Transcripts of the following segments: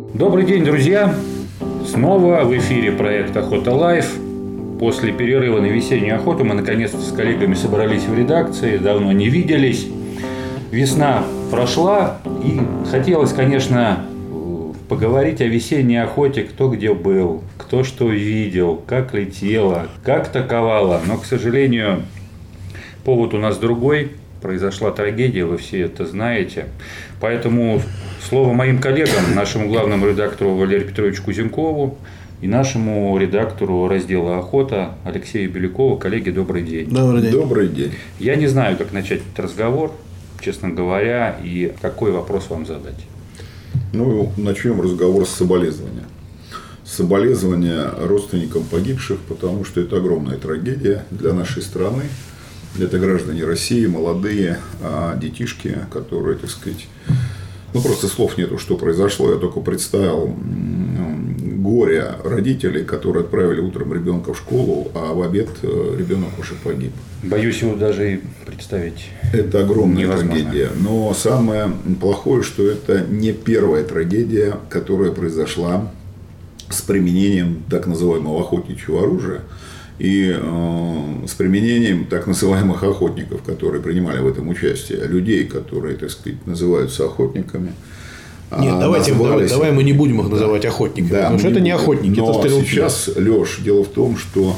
Добрый день, друзья! Снова в эфире проект «Охота Лайф». После перерыва на весеннюю охоту мы наконец-то с коллегами собрались в редакции, давно не виделись. Весна прошла, и хотелось, конечно, поговорить о весенней охоте, кто где был, кто что видел, как летело, как таковало. Но, к сожалению, повод у нас другой. Произошла трагедия, вы все это знаете. Поэтому слово моим коллегам, нашему главному редактору Валерию Петровичу Кузенкову и нашему редактору раздела «Охота» Алексею Белякову. Коллеги, добрый день. Добрый день. Добрый день. Я не знаю, как начать этот разговор, честно говоря, и какой вопрос вам задать. Начнем разговор с соболезнования. Соболезнования родственникам погибших, потому что это огромная трагедия для нашей страны. Это граждане России, молодые, детишки, которые, так сказать, просто слов нету, что произошло. Я только представил горе родителей, которые отправили утром ребенка в школу, а в обед ребенок уже погиб. Боюсь его даже и представить. Это огромная невозможно. Трагедия. Но самое плохое, что это не первая трагедия, которая произошла с применением так называемого охотничьего оружия и с применением так называемых охотников, которые принимали в этом участие, людей, которые, так сказать, называются охотниками. Нет, давай мы не будем их называть охотниками, потому что это не охотники, но это стрелки. Сейчас, Леш, дело в том, что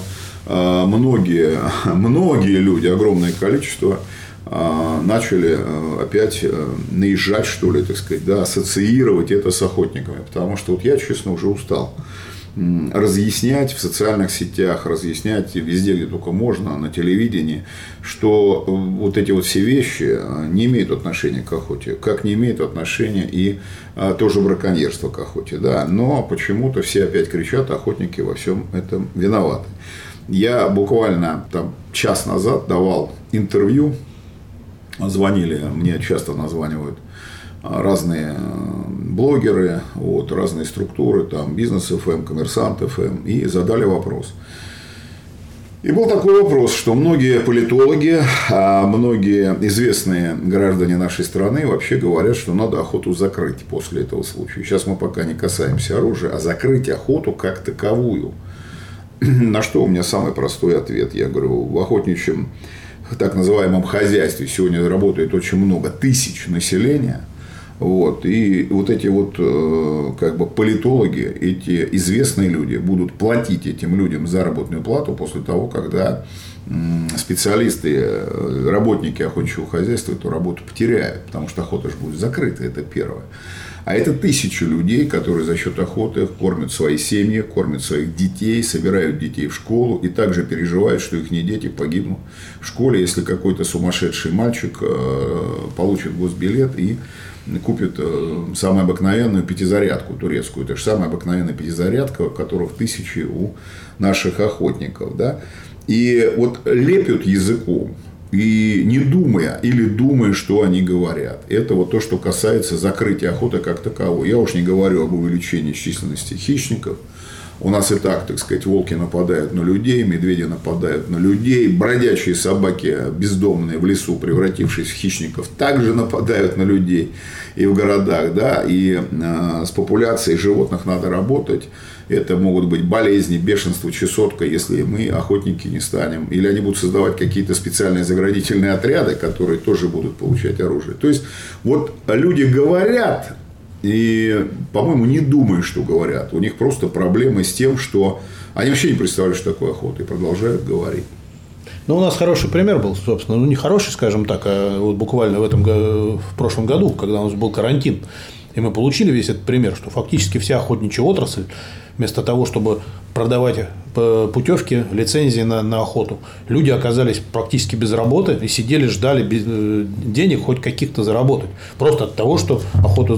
многие люди, огромное количество, начали опять наезжать, что ли, так сказать, ассоциировать это с охотниками. Потому что я, честно, уже устал разъяснять в социальных сетях, разъяснять везде, где только можно, на телевидении, что вот эти вот все вещи не имеют отношения к охоте, как не имеет отношения и тоже браконьерство к охоте. Да. Но почему-то все опять кричат, охотники во всем этом виноваты. Я буквально час назад давал интервью, звонили, мне часто названивают разные блогеры, разные структуры, Бизнес ФМ, Коммерсант ФМ, и задали вопрос. И был такой вопрос, что многие политологи, многие известные граждане нашей страны вообще говорят, что надо охоту закрыть после этого случая. Сейчас мы пока не касаемся оружия, а закрыть охоту как таковую. На что у меня самый простой ответ. Я говорю, в охотничьем так называемом хозяйстве сегодня работает очень много тысяч населения. И вот эти политологи, эти известные люди будут платить этим людям заработную плату после того, когда специалисты, работники охотничьего хозяйства эту работу потеряют, потому что охота же будет закрыта, это первое. А это тысячи людей, которые за счет охоты кормят свои семьи, кормят своих детей, собирают детей в школу и также переживают, что их дети погибнут в школе, если какой-то сумасшедший мальчик получит госбилет и купит самую обыкновенную пятизарядку турецкую. Это же самая обыкновенная пятизарядка, которых тысячи у наших охотников. Да? И лепят языком, и не думая, или думая, что они говорят. Это то, что касается закрытия охоты как таковой. Я уж не говорю об увеличении численности хищников. У нас и так, так сказать, волки нападают на людей, медведи нападают на людей, бродячие собаки бездомные в лесу, превратившись в хищников, также нападают на людей и в городах. Да? И с популяцией животных надо работать. Это могут быть болезни, бешенство, чесотка, если мы, охотники, не станем. Или они будут создавать какие-то специальные заградительные отряды, которые тоже будут получать оружие. То есть, люди говорят, и, по-моему, не думают, что говорят. У них просто проблемы с тем, что они вообще не представляют, что такое охота, и продолжают говорить. У нас хороший пример был, собственно, не хороший, скажем так, а буквально в прошлом году, когда у нас был карантин, и мы получили весь этот пример, что фактически вся охотничья отрасль, вместо того, чтобы продавать путевки, лицензии на охоту, люди оказались практически без работы и сидели, ждали денег хоть каких-то заработать. Просто от того, что охота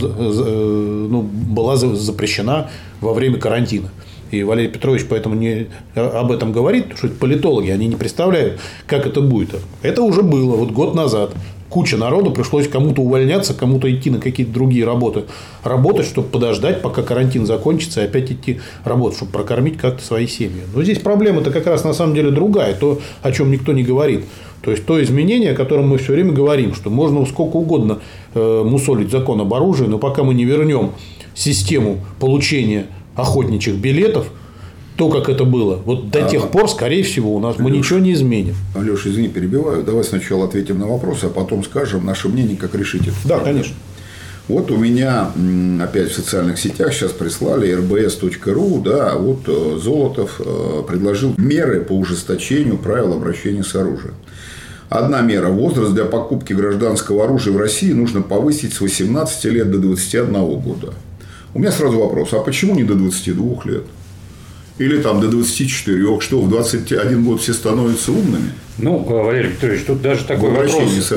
была запрещена во время карантина. И Валерий Петрович поэтому об этом говорит, потому что это политологи, они не представляют, как это будет. Это уже было год назад. Куча народу, пришлось кому-то увольняться, кому-то идти на какие-то другие работы. Работать, чтобы подождать, пока карантин закончится, и опять идти работать, чтобы прокормить как-то свои семьи. Но здесь проблема-то как раз на самом деле другая. То, о чем никто не говорит. То есть, то изменение, о котором мы все время говорим, что можно сколько угодно мусолить закон об оружии, но пока мы не вернем систему получения охотничьих билетов, то, как это было, вот до тех пор, скорее всего, у нас мы ничего не изменим. Алеша, извини, перебиваю. Давай сначала ответим на вопросы, а потом скажем наше мнение, как решить это. Да, конечно. Вот у меня опять в социальных сетях сейчас прислали rbs.ru, да, вот Золотов предложил меры по ужесточению правил обращения с оружием. Одна мера. Возраст для покупки гражданского оружия в России нужно повысить с 18 лет до 21 года. У меня сразу вопрос, а почему не до 22 лет? Или там до 24, что в 21 год все становятся умными? Ну, Валерий Петрович, тут даже такой вопрос.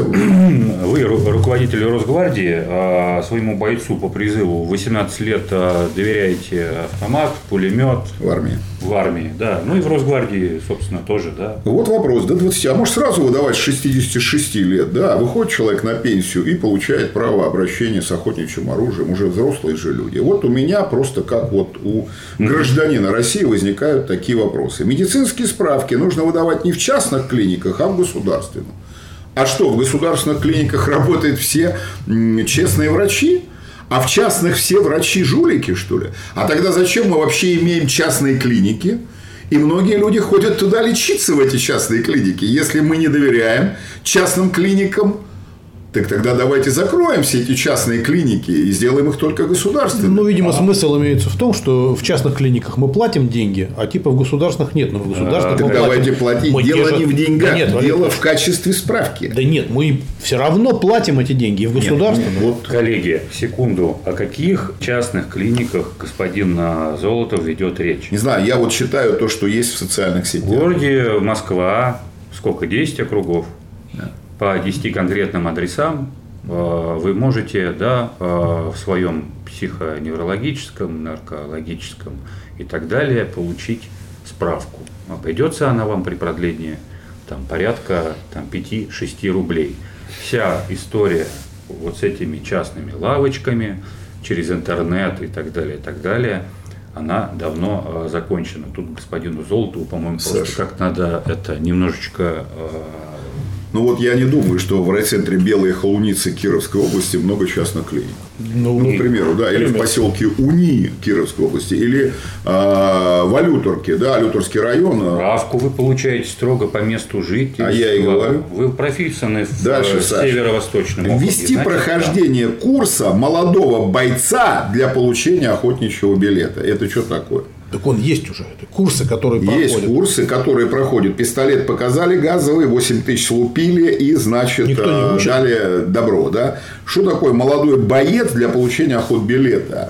Вы руководитель Росгвардии, своему бойцу по призыву 18 лет доверяете автомат, пулемет. В армии. В армии, да. Ну и в Росгвардии, собственно, тоже, да. Вот вопрос, до 20. А может сразу выдавать с 66 лет? Да, выходит человек на пенсию и получает право обращения с охотничьим оружием. Уже взрослые же люди. Вот у меня просто как вот у гражданина России возникают такие вопросы. Медицинские справки нужно выдавать не в частных клиниках, а в государственных. А что, в государственных клиниках работают все честные врачи? А в частных все врачи жулики, что ли? А тогда зачем мы вообще имеем частные клиники? И многие люди ходят туда лечиться, в эти частные клиники. Если мы не доверяем частным клиникам, так тогда давайте закроем все эти частные клиники и сделаем их только государственными. Ну, видимо, смысл имеется в том, что в частных клиниках мы платим деньги, а типа в государственных нет. Но в государственных мы давайте платить. Дело не в деньгах, да нет, дело в качестве справки. Да нет, мы все равно платим эти деньги и в государственных. Вот, коллеги, секунду. О каких частных клиниках господин Золотов ведет речь? Не знаю, я вот считаю то, что есть в социальных сетях. В городе Москва, сколько, 10 округов? Да. По 10 конкретным адресам вы можете, да, в своем психоневрологическом, наркологическом и так далее получить справку. Обойдется она вам при продлении там, порядка 5-6 рублей. Вся история вот с этими частными лавочками через интернет и так далее, она давно закончена. Тут господину Золотову, по-моему, просто как надо это немножечко... Ну вот я не думаю, что в райцентре Белые Холуницы Кировской области много частных клиник. Ну, к примеру, да, или в поселке Уни Кировской области, или в Алюторке, да, Алюторский район. Справку вы получаете строго по месту жительства. А я и говорю. Вы прописаны в Дальше, северо-восточном округе. Ввести прохождение курса молодого бойца для получения охотничьего билета. Это что такое? Так он есть уже. Это курсы, которые проходят. Есть курсы, которые проходят. Пистолет показали газовый, 8 тысяч лупили и, значит, дали добро. Да? Что такое молодой боец для получения охотбилета?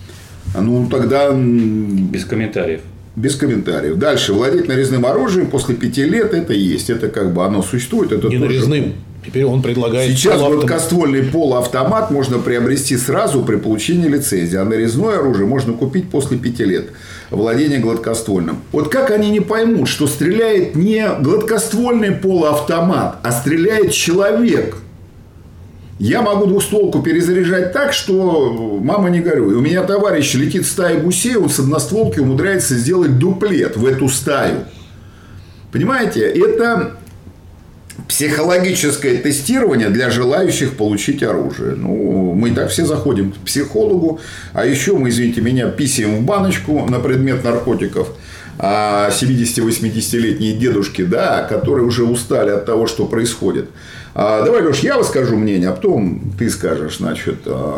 Ну, тогда... Без комментариев. Без комментариев. Дальше. Владеть нарезным оружием после 5 лет это есть. Это как бы оно существует. Это не нарезным. Теперь он предлагает... Сейчас гладкоствольный полуавтомат можно приобрести сразу при получении лицензии, а нарезное оружие можно купить после 5 лет владения гладкоствольным. Вот как они не поймут, что стреляет не гладкоствольный полуавтомат, а стреляет человек? Я могу двустволку перезаряжать так, что мама не горюй. У меня товарищ летит в стае гусей, он с одностволки умудряется сделать дуплет в эту стаю. Понимаете, это... психологическое тестирование для желающих получить оружие. Ну, мы и так все заходим к психологу, а еще мы, извините меня, писаем в баночку на предмет наркотиков. А 70-80-летние дедушки, да, которые уже устали от того, что происходит. Давай, Леш, я выскажу мнение, а потом ты скажешь, значит...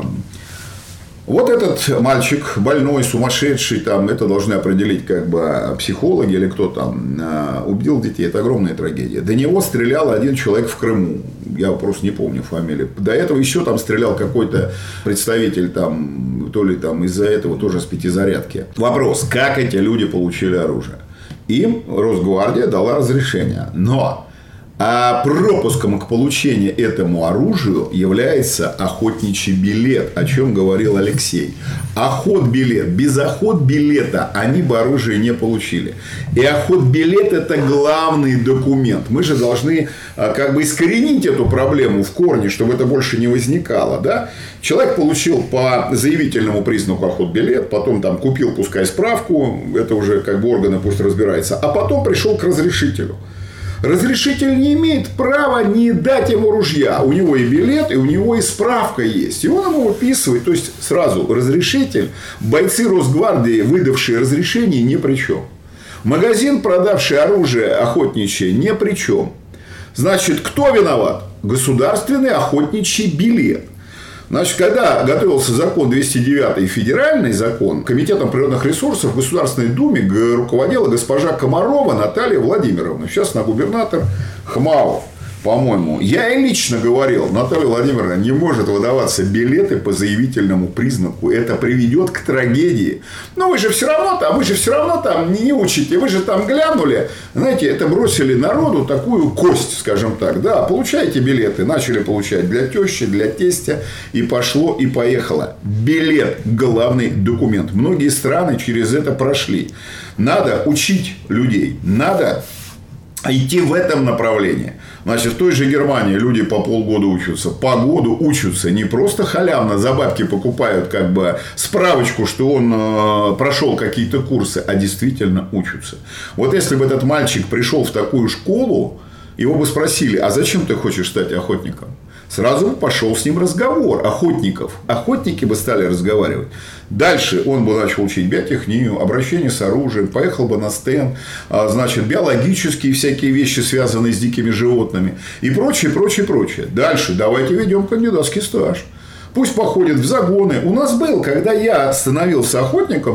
Вот этот мальчик больной, сумасшедший, там, это должны определить как бы психологи или кто там, убил детей. Это огромная трагедия. До него стрелял один человек в Крыму. Я просто не помню фамилию. До этого еще там стрелял какой-то представитель, там, то ли там из-за этого тоже с пятизарядки. Вопрос, как эти люди получили оружие? Им Росгвардия дала разрешение. Но... А пропуском к получению этому оружию является охотничий билет, о чем говорил Алексей. Охотбилет. Без охотбилета они бы оружие не получили. И охотбилет – это главный документ. Мы же должны как бы искоренить эту проблему в корне, чтобы это больше не возникало. Да? Человек получил по заявительному признаку охотбилет, потом там купил, пускай, справку, это уже как бы органы пусть разбираются, а потом пришел к разрешителю. разрешитель не имеет права не дать ему ружья. У него и билет, и у него и справка есть. И он ему выписывает. То есть, сразу разрешитель. Бойцы Росгвардии, выдавшие разрешение, ни при чем. Магазин, продавший оружие охотничье, ни при чем. Значит, кто виноват? Государственный охотничий билет. Значит, когда готовился закон 209, федеральный закон, Комитетом природных ресурсов в Государственной Думе руководила госпожа Комарова Наталья Владимировна. Сейчас она губернатор Хмао, по-моему. Я ей лично говорил, Наталья Владимировна, не может выдаваться билеты по заявительному признаку. Это приведет к трагедии. Но вы же все равно там не учите. Вы же там глянули. Знаете, это бросили народу такую кость, скажем так. Да, получаете билеты. Начали получать для тещи, для тестя. И пошло, и поехало. Билет – главный документ. Многие страны через это прошли. Надо учить людей. Надо идти в этом направлении. Значит, в той же Германии люди по полгода учатся, по году учатся. Не просто халявно за бабки покупают как бы справочку, что он прошел какие-то курсы, а действительно учатся. Вот если бы этот мальчик пришел в такую школу, его бы спросили, а зачем ты хочешь стать охотником? Сразу бы пошел с ним разговор охотников. Охотники бы стали разговаривать. Дальше он бы начал учить биотехнию, обращение с оружием, поехал бы на стенд, значит, биологические всякие вещи, связанные с дикими животными и прочее, прочее, прочее. Дальше давайте ведем кандидатский стаж. Пусть походит в загоны. У нас был, когда я становился охотником,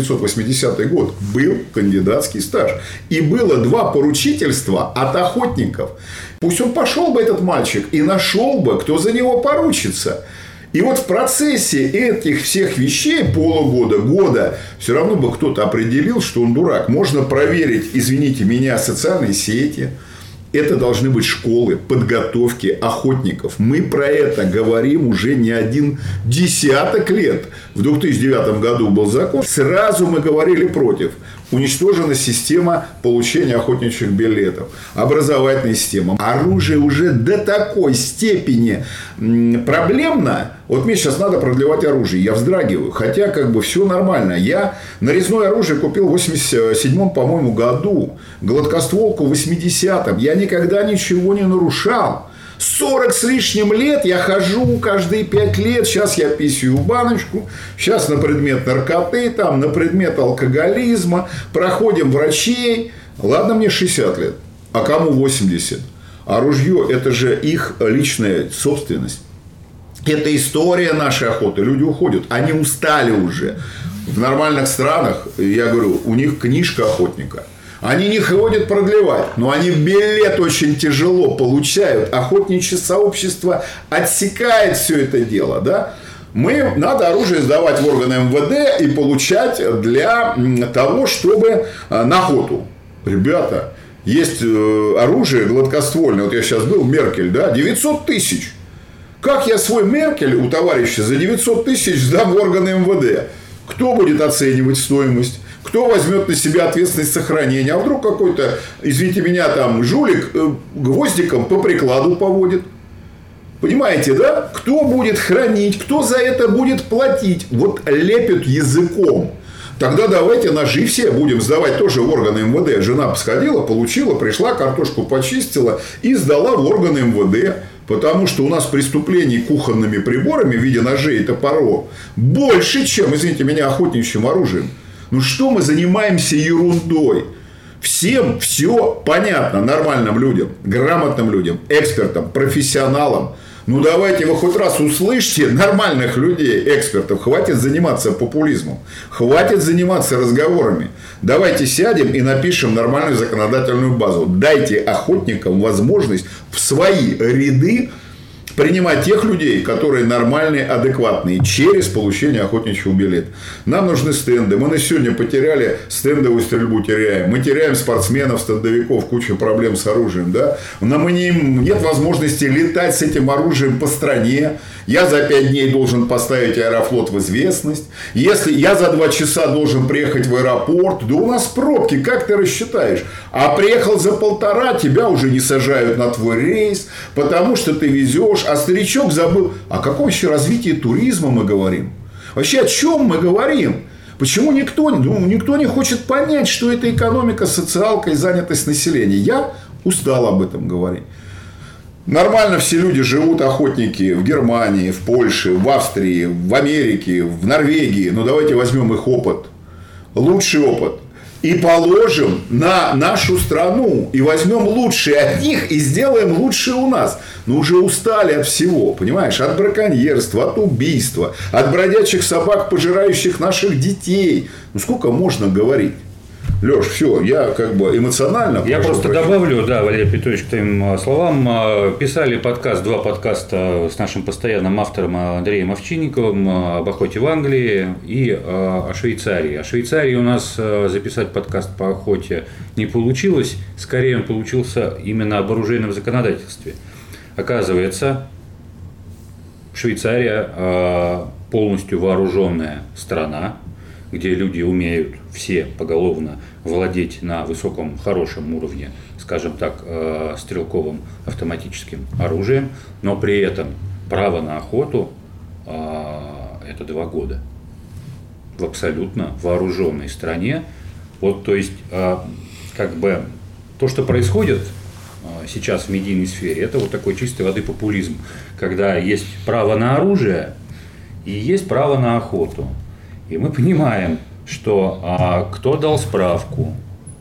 1980 год, был кандидатский стаж. И было 2 поручительства от охотников. Пусть он пошел бы, этот мальчик, и нашел бы, кто за него поручится. И вот в процессе этих всех вещей, полугода, года, все равно бы кто-то определил, что он дурак. Можно проверить, извините меня, социальные сети. Это должны быть школы подготовки охотников. Мы про это говорим уже не 1 десяток лет. В 2009 году был закон. Сразу мы говорили против. Уничтожена система получения охотничьих билетов. Образовательная система. Оружие уже до такой степени проблемно. Вот мне сейчас надо продлевать оружие. Я вздрагиваю. Хотя как бы все нормально. Я нарезное оружие купил в 87-м, по-моему, году. Гладкостволку в 80-м. Я никогда ничего не нарушал. 40 с лишним лет я хожу каждые 5 лет. Сейчас я писаю баночку. Сейчас на предмет наркоты, там, на предмет алкоголизма. Проходим врачей. Ладно, мне 60 лет. А кому 80? А ружье – это же их личная собственность. Это история нашей охоты. Люди уходят. Они устали уже. В нормальных странах, я говорю, у них книжка охотника. Они не ходят продлевать, но они билет очень тяжело получают. Охотничье сообщество отсекает все это дело. Да? Надо оружие сдавать в органы МВД и получать для того, чтобы на охоту. Ребята, есть оружие гладкоствольное. Вот я сейчас был, Меркель, да, 900 тысяч. Как я свой Меркель у товарища за 900 тысяч сдам в органы МВД? Кто будет оценивать стоимость? Кто возьмет на себя ответственность сохранения? А вдруг какой-то, извините меня, там жулик гвоздиком по прикладу поводит? Понимаете, да? Кто будет хранить? Кто за это будет платить? Вот лепят языком. Тогда давайте ножи все будем сдавать тоже в органы МВД. Жена сходила, получила, пришла, картошку почистила и сдала в органы МВД. Потому что у нас преступлений кухонными приборами в виде ножей и топоров больше, чем, извините меня, охотничьим оружием. Ну что мы занимаемся ерундой? Всем все понятно нормальным людям, грамотным людям, экспертам, профессионалам. Ну давайте вы хоть раз услышьте нормальных людей, экспертов. Хватит заниматься популизмом. Хватит заниматься разговорами. Давайте сядем и напишем нормальную законодательную базу. Дайте охотникам возможность в свои ряды принимать тех людей, которые нормальные, адекватные, через получение охотничьего билета. Нам нужны стенды. Мы на сегодня потеряли стендовую стрельбу, теряем. Мы теряем спортсменов, стендовиков, куча проблем с оружием. Да? Но нет возможности летать с этим оружием по стране. Я за 5 дней должен поставить Аэрофлот в известность. Если я за 2 часа должен приехать в аэропорт, да у нас пробки, как ты рассчитаешь? А приехал за 1,5, тебя уже не сажают на твой рейс, потому что ты везешь. А старичок забыл. О каком еще развитии туризма мы говорим? Вообще о чем мы говорим? Почему никто не хочет понять, что это экономика, социалка и занятость населения? Я Устал об этом говорить. Нормально все люди живут, охотники, в Германии, в Польше, в Австрии, в Америке, в Норвегии. Но давайте возьмем их опыт. Лучший опыт. И положим на нашу страну. И возьмем лучшее от них и сделаем лучшее у нас. Но уже устали от всего. Понимаешь? От браконьерства, от убийства. От бродячих собак, пожирающих наших детей. Ну сколько можно говорить? Леш, все, я как бы эмоционально... Я просто добавлю, да, Валерий Петрович, к твоим словам. Писали два подкаста с нашим постоянным автором Андреем Овчинниковым об охоте в Англии и о Швейцарии. О Швейцарии у нас записать подкаст по охоте не получилось. Скорее, он получился именно об оружейном законодательстве. Оказывается, Швейцария полностью вооруженная страна, где люди умеют все поголовно владеть на высоком, хорошем уровне, скажем так, стрелковым автоматическим оружием, но при этом право на охоту это 2 года в абсолютно вооруженной стране. Вот, то есть, как бы то, что происходит сейчас в медийной сфере, это вот такой чистой воды популизм, когда есть право на оружие и есть право на охоту. И мы понимаем, что кто дал справку,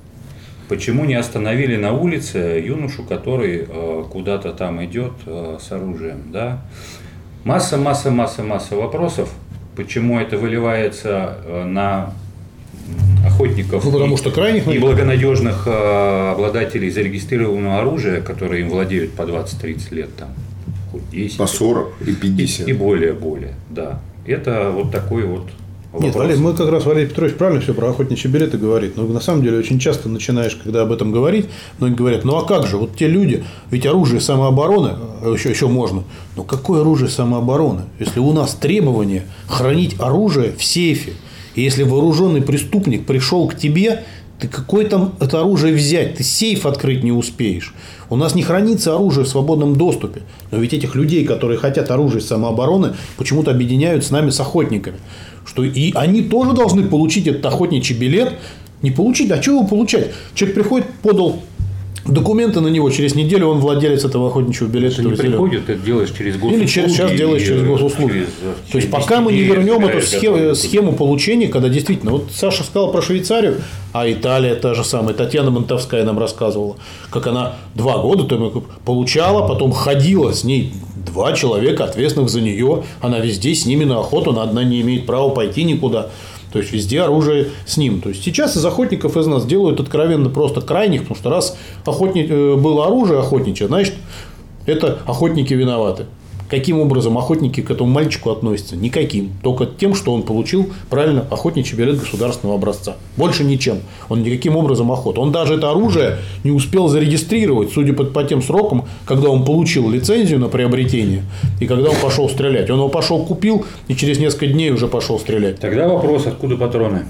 почему не остановили на улице юношу, который куда-то там идет с оружием. Да? Масса вопросов, почему это выливается на охотников потому что крайних и благонадежных обладателей зарегистрированного оружия, которые им владеют по 20-30 лет, там, хоть 10. По 40 и 50. И более, да. Это вот такой вот вопрос. Нет, Валерий, мы как раз, Валерий Петрович правильно все про охотничьи билеты говорит. Но на самом деле очень часто начинаешь, когда об этом говорить, многие говорят, ну а как же, вот те люди, ведь оружие самообороны еще можно. Но какое оружие самообороны? Если у нас требование хранить оружие в сейфе, и если вооруженный преступник пришел к тебе, ты какое там это оружие взять? Ты сейф открыть не успеешь. У нас не хранится оружие в свободном доступе. Но ведь этих людей, которые хотят оружие самообороны, почему-то объединяют с нами с охотниками. Что и они тоже должны получить этот охотничий билет. Не получить, а что его получать? Человек приходит, подал документы на него, через неделю он владелец этого охотничьего билета. Если не приходит, ты делаешь через госуслуги. Или сейчас делаешь через госуслуги. То есть, пока мы не вернем эту схему получения, когда действительно, вот Саша сказал про Швейцарию, а Италия та же самая, Татьяна Монтовская нам рассказывала, как она 2 года получала, потом ходила с ней 2 человека, ответственных за нее, она везде с ними на охоту, она не имеет права пойти никуда. То есть, везде оружие с ним. То есть, сейчас из охотников из нас делают откровенно просто крайних, потому что раз было оружие охотничье, значит, это охотники виноваты. Каким образом охотники к этому мальчику относятся? Никаким. Только тем, что он получил правильно охотничий билет государственного образца. Больше ничем. Он никаким образом охота. Он даже это оружие не успел зарегистрировать, судя по тем срокам, когда он получил лицензию на приобретение и когда он пошел стрелять. Он его пошел купил и через несколько дней уже пошел стрелять. Тогда вопрос, откуда патроны?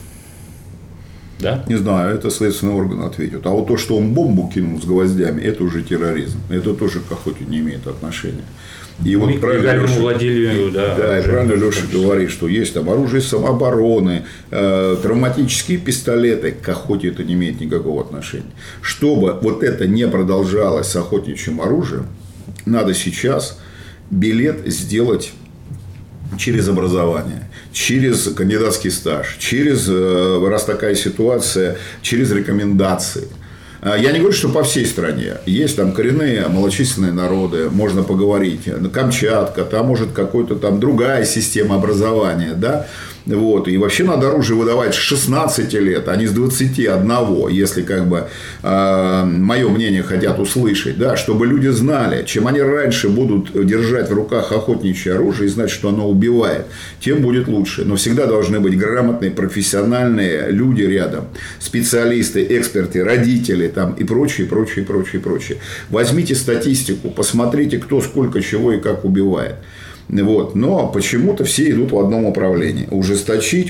Да? Не знаю, это следственный орган ответит. А вот то, что он бомбу кинул с гвоздями, это уже терроризм. Это тоже к охоте не имеет отношения. И вот правильно Леша, владению, да, и правильно Леша говорит, что есть там оружие самообороны, травматические пистолеты, к охоте это не имеет никакого отношения. Чтобы вот это не продолжалось с охотничьим оружием, надо сейчас билет сделать через образование, через кандидатский стаж, через, раз такая ситуация, через рекомендации. Я не говорю, что по всей стране. Есть там коренные малочисленные народы, можно поговорить. Камчатка, там может какая-то там другая система образования, да. Вот. И вообще надо оружие выдавать с 16 лет, а не с 21, если как бы мое мнение хотят услышать, да, чтобы люди знали, чем они раньше будут держать в руках охотничье оружие и знать, что оно убивает, тем будет лучше. Но всегда должны быть грамотные, профессиональные люди рядом, специалисты, эксперты, родители там, и прочее. Возьмите статистику, посмотрите, кто сколько чего и как убивает. Вот. Но почему-то все идут в одном направлении. Ужесточить.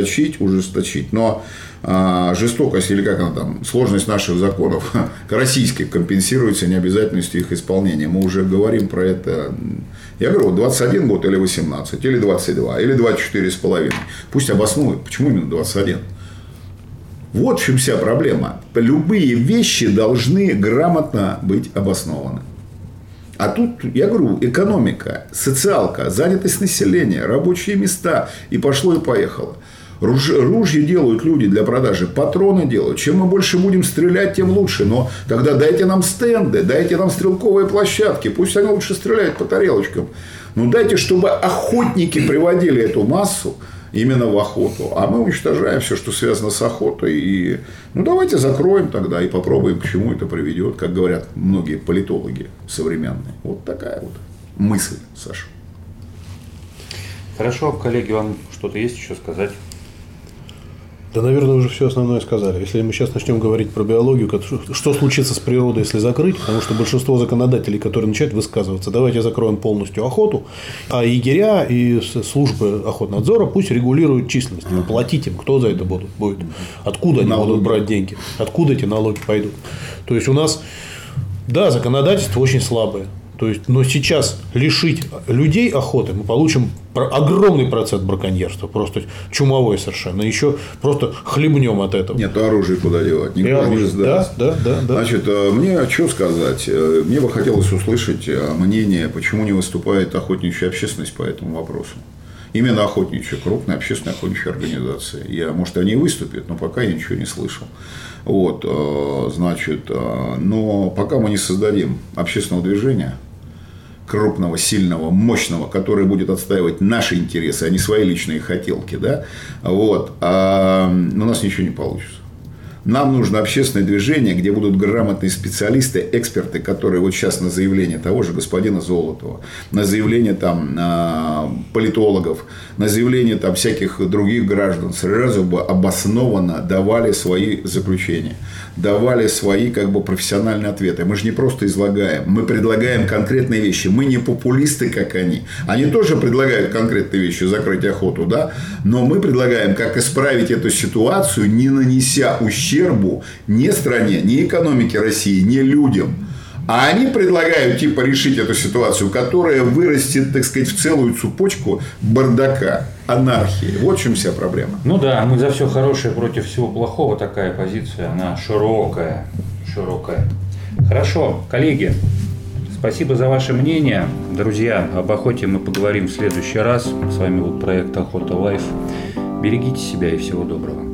Но жестокость или как она там, сложность наших законов к российской компенсируется необязательностью их исполнения. Мы уже говорим про это. Я говорю, 21 год или 18, или 22, или 24,5. Пусть обоснуют, почему именно 21. Вот в чем вся проблема. Любые вещи должны грамотно быть обоснованы. А тут, я говорю, экономика, социалка, занятость населения, рабочие места. И пошло, и поехало. Ружья делают люди для продажи, патроны делают. Чем мы больше будем стрелять, тем лучше. Но тогда дайте нам стенды, дайте нам стрелковые площадки. Пусть они лучше стреляют по тарелочкам. Но дайте, чтобы охотники приводили эту массу именно в охоту. А мы уничтожаем все, что связано с охотой. И давайте закроем тогда и попробуем, к чему это приведет, как говорят многие политологи современные. Вот такая вот мысль, Саша. Хорошо, коллеги, вам что-то есть еще сказать? Да, наверное, уже все основное сказали. Если мы сейчас начнем говорить про биологию, что случится с природой, если закрыть, потому что большинство законодателей, которые начинают высказываться, давайте закроем полностью охоту, а егеря и службы охотнадзора пусть регулируют численность. Платить им, кто за это будет? Откуда они будут брать деньги? Откуда эти налоги пойдут? То есть, у нас, да, законодательство очень слабое. То есть, но сейчас лишить людей охоты, мы получим огромный процент браконьерства, просто чумовой совершенно. Еще просто хлебнем от этого. Нет, оружие куда девать? Никуда не сдаст. Да. Значит, мне что сказать? Мне бы хотелось услышать мнение, почему не выступает охотничья общественность по этому вопросу. Именно охотничья, крупная общественная охотничья организация. Может, они выступят, но пока я ничего не слышал. Вот, значит, но пока мы не создадим общественного движения, крупного, сильного, мощного, который будет отстаивать наши интересы, а не свои личные хотелки, да, вот, у нас ничего не получится. Нам нужно общественное движение, где будут грамотные специалисты, эксперты, которые вот сейчас на заявление того же господина Золотова, на заявление там политологов, на заявление там всяких других граждан сразу бы обоснованно давали свои заключения, давали свои профессиональные ответы. Мы же не просто излагаем, мы предлагаем конкретные вещи. Мы не популисты, как они. Они тоже предлагают конкретные вещи, закрыть охоту, да, но мы предлагаем, как исправить эту ситуацию, не нанеся ущербу ни стране, ни экономике России, ни людям. А они предлагают решить эту ситуацию, которая вырастет, так сказать, в целую цепочку бардака, анархии. Вот в чем вся проблема. Ну да, мы за все хорошее против всего плохого. Такая позиция, она широкая. Хорошо, коллеги, спасибо за ваше мнение. Друзья, об охоте мы поговорим в следующий раз. С вами был проект Охота Лайф. Берегите себя и всего доброго.